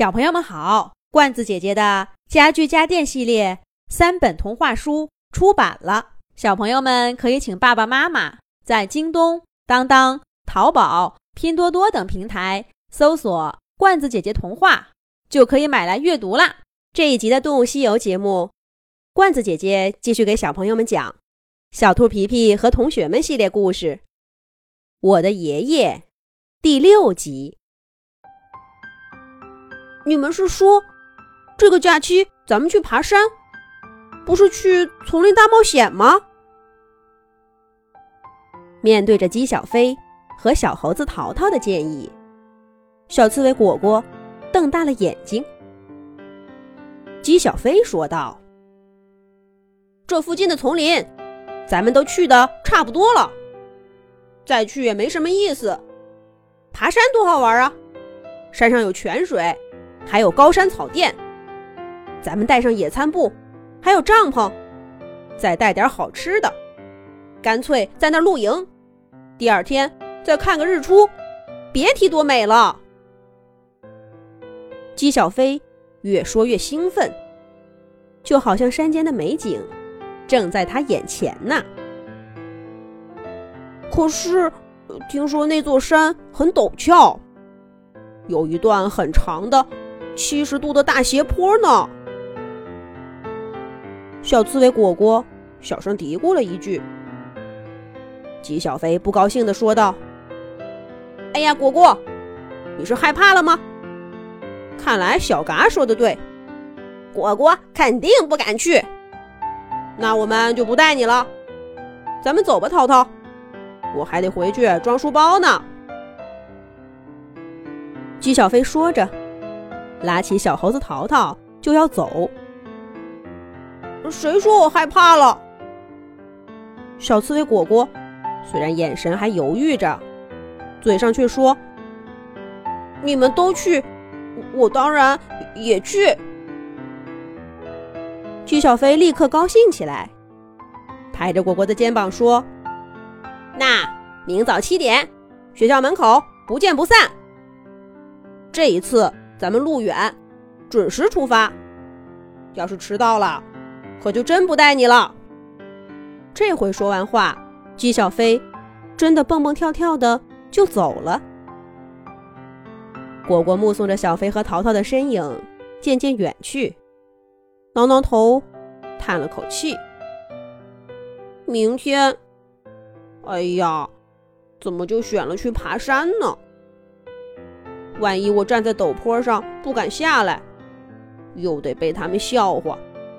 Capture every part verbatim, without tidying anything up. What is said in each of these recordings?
小朋友们好，罐子姐姐的家具家电系列三本童话书出版了，小朋友们可以请爸爸妈妈在京东、当当、淘宝、拼多多等平台搜索罐子姐姐童话，就可以买来阅读啦。这一集的动物西游节目，罐子姐姐继续给小朋友们讲小兔皮皮和同学们系列故事，我的爷爷第六集。 你们是说这个假期咱们去爬山，不是去丛林大冒险吗？ 面对着鸡小飞和小猴子淘淘的建议，小刺猬果果瞪大了眼睛。鸡小飞说道： 这附近的丛林咱们都去的差不多了，再去也没什么意思。爬山多好玩啊，山上有泉水，还有高山草甸，咱们带上野餐布还有帐篷，再带点好吃的，干脆在那儿露营，第二天再看个日出，别提多美了。 鸡小飞越说越兴奋，就好像山间的美景正在他眼前呢。 可是听说那座山很陡峭，有一段很长的七十度的大斜坡呢。 小刺猬果果小声嘀咕了一句。 鸡小飞不高兴地说道：哎呀，果果，你是害怕了吗？看来小嘎说的对，果果肯定不敢去。那我们就不带你了，咱们走吧，淘淘，我还得回去装书包呢。 鸡小飞说着，拉起小猴子淘淘就要走。 谁说我害怕了？ 小刺猬果果虽然眼神还犹豫着，嘴上却说： 你们都去，我当然也去。 鸡小飞立刻高兴起来，拍着果果的肩膀说： 那明早七点，学校门口不见不散。这一次咱们路远，准时出发，要是迟到了，可就真不带你了。 这回说完话，鸡小飞真的蹦蹦跳跳的就走了。果果目送着小飞和淘淘的身影渐渐远去，挠挠头，叹了口气。 明天，哎呀，怎么就选了去爬山呢？万一我站在陡坡上不敢下来，又得被他们笑话。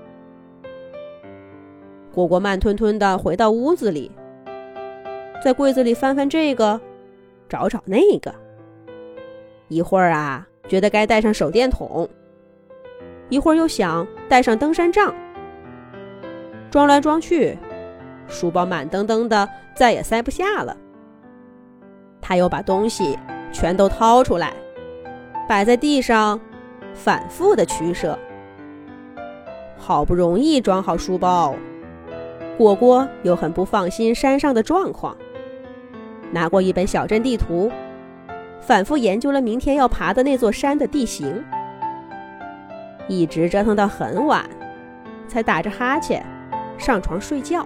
果果慢吞吞地回到屋子里，在柜子里翻翻这个，找找那个。一会儿啊，觉得该带上手电筒，一会儿又想带上登山杖。装来装去，书包满登登的，再也塞不下了。他又把东西全都掏出来，摆在地上，反复的取舍。好不容易装好书包，果果又很不放心山上的状况，拿过一本小镇地图，反复研究了明天要爬的那座山的地形，一直折腾到很晚，才打着哈欠上床睡觉。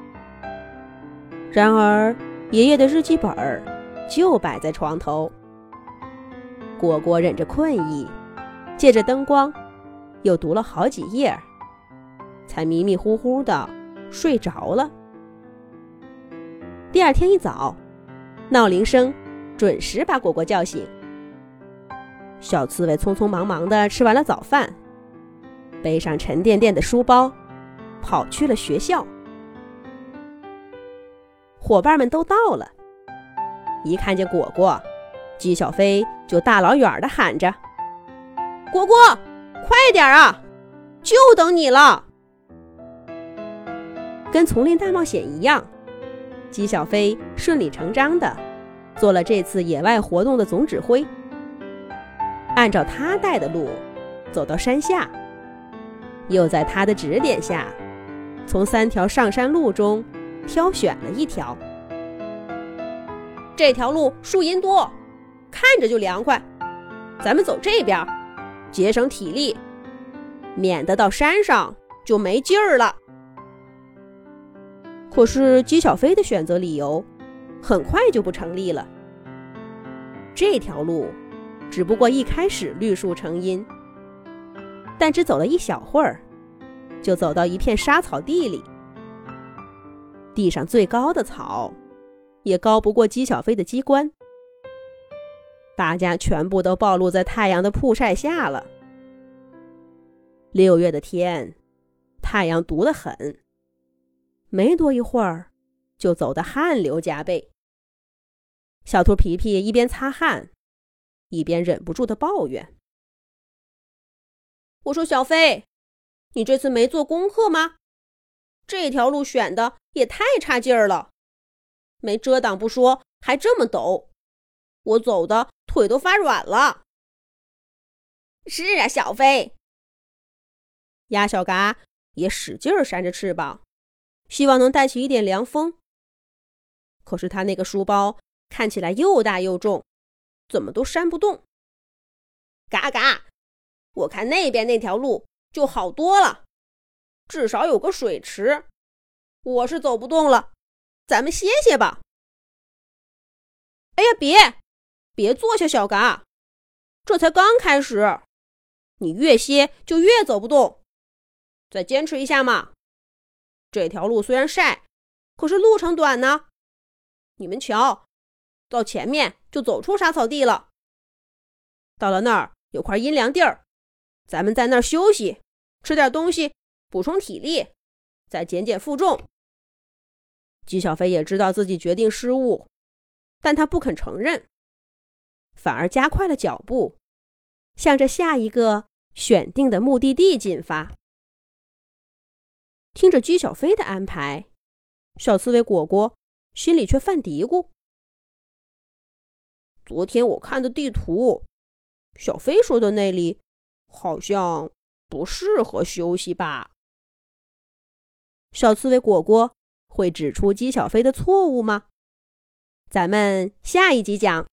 然而爷爷的日记本就摆在床头，果果忍着困意，借着灯光又读了好几页，才迷迷糊糊的睡着了。第二天一早，闹铃声准时把果果叫醒。小刺猬匆匆忙忙地吃完了早饭，背上沉甸甸的书包，跑去了学校。伙伴们都到了，一看见果果，鸡小飞就大老远地喊着： 果果，快点啊，就等你了。 跟丛林大冒险一样，鸡小飞顺理成章地做了这次野外活动的总指挥，按照他带的路走到山下，又在他的指点下，从三条上山路中挑选了一条。 这条路树荫多，看着就凉快，咱们走这边， 节省体力，免得到山上就没劲儿了。 可是姬小飞的选择理由很快就不成立了。这条路只不过一开始绿树成荫，但只走了一小会儿，就走到一片沙草地里。地上最高的草也高不过姬小飞的鸡冠，大家全部都暴露在太阳的曝晒下了。六月的天，太阳毒得很，没多一会儿就走得汗流浃背。小兔皮皮一边擦汗，一边忍不住地抱怨： 我说小飞，你这次没做功课吗？这条路选的也太差劲儿了，没遮挡不说，还这么陡，我走的腿都发软了。是啊，小飞。 鸭小嘎也使劲扇着翅膀，希望能带起一点凉风。可是他那个书包看起来又大又重，怎么都扇不动。 嘎嘎，我看那边那条路就好多了，至少有个水池。我是走不动了，咱们歇歇吧。哎呀，别别坐下，小嘎，这才刚开始，你越歇就越走不动，再坚持一下嘛。这条路虽然晒，可是路程短呢。你们瞧，到前面就走出沙草地了，到了那儿有块阴凉地儿，咱们在那儿休息，吃点东西补充体力，再减减负重。 姬小飞也知道自己决定失误，但他不肯承认，反而加快了脚步，向着下一个选定的目的地进发。听着姬小飞的安排，小刺猬果果心里却犯嘀咕： 昨天我看的地图，小飞说的那里好像不适合休息吧？ 小刺猬果果会指出姬小飞的错误吗？咱们下一集讲。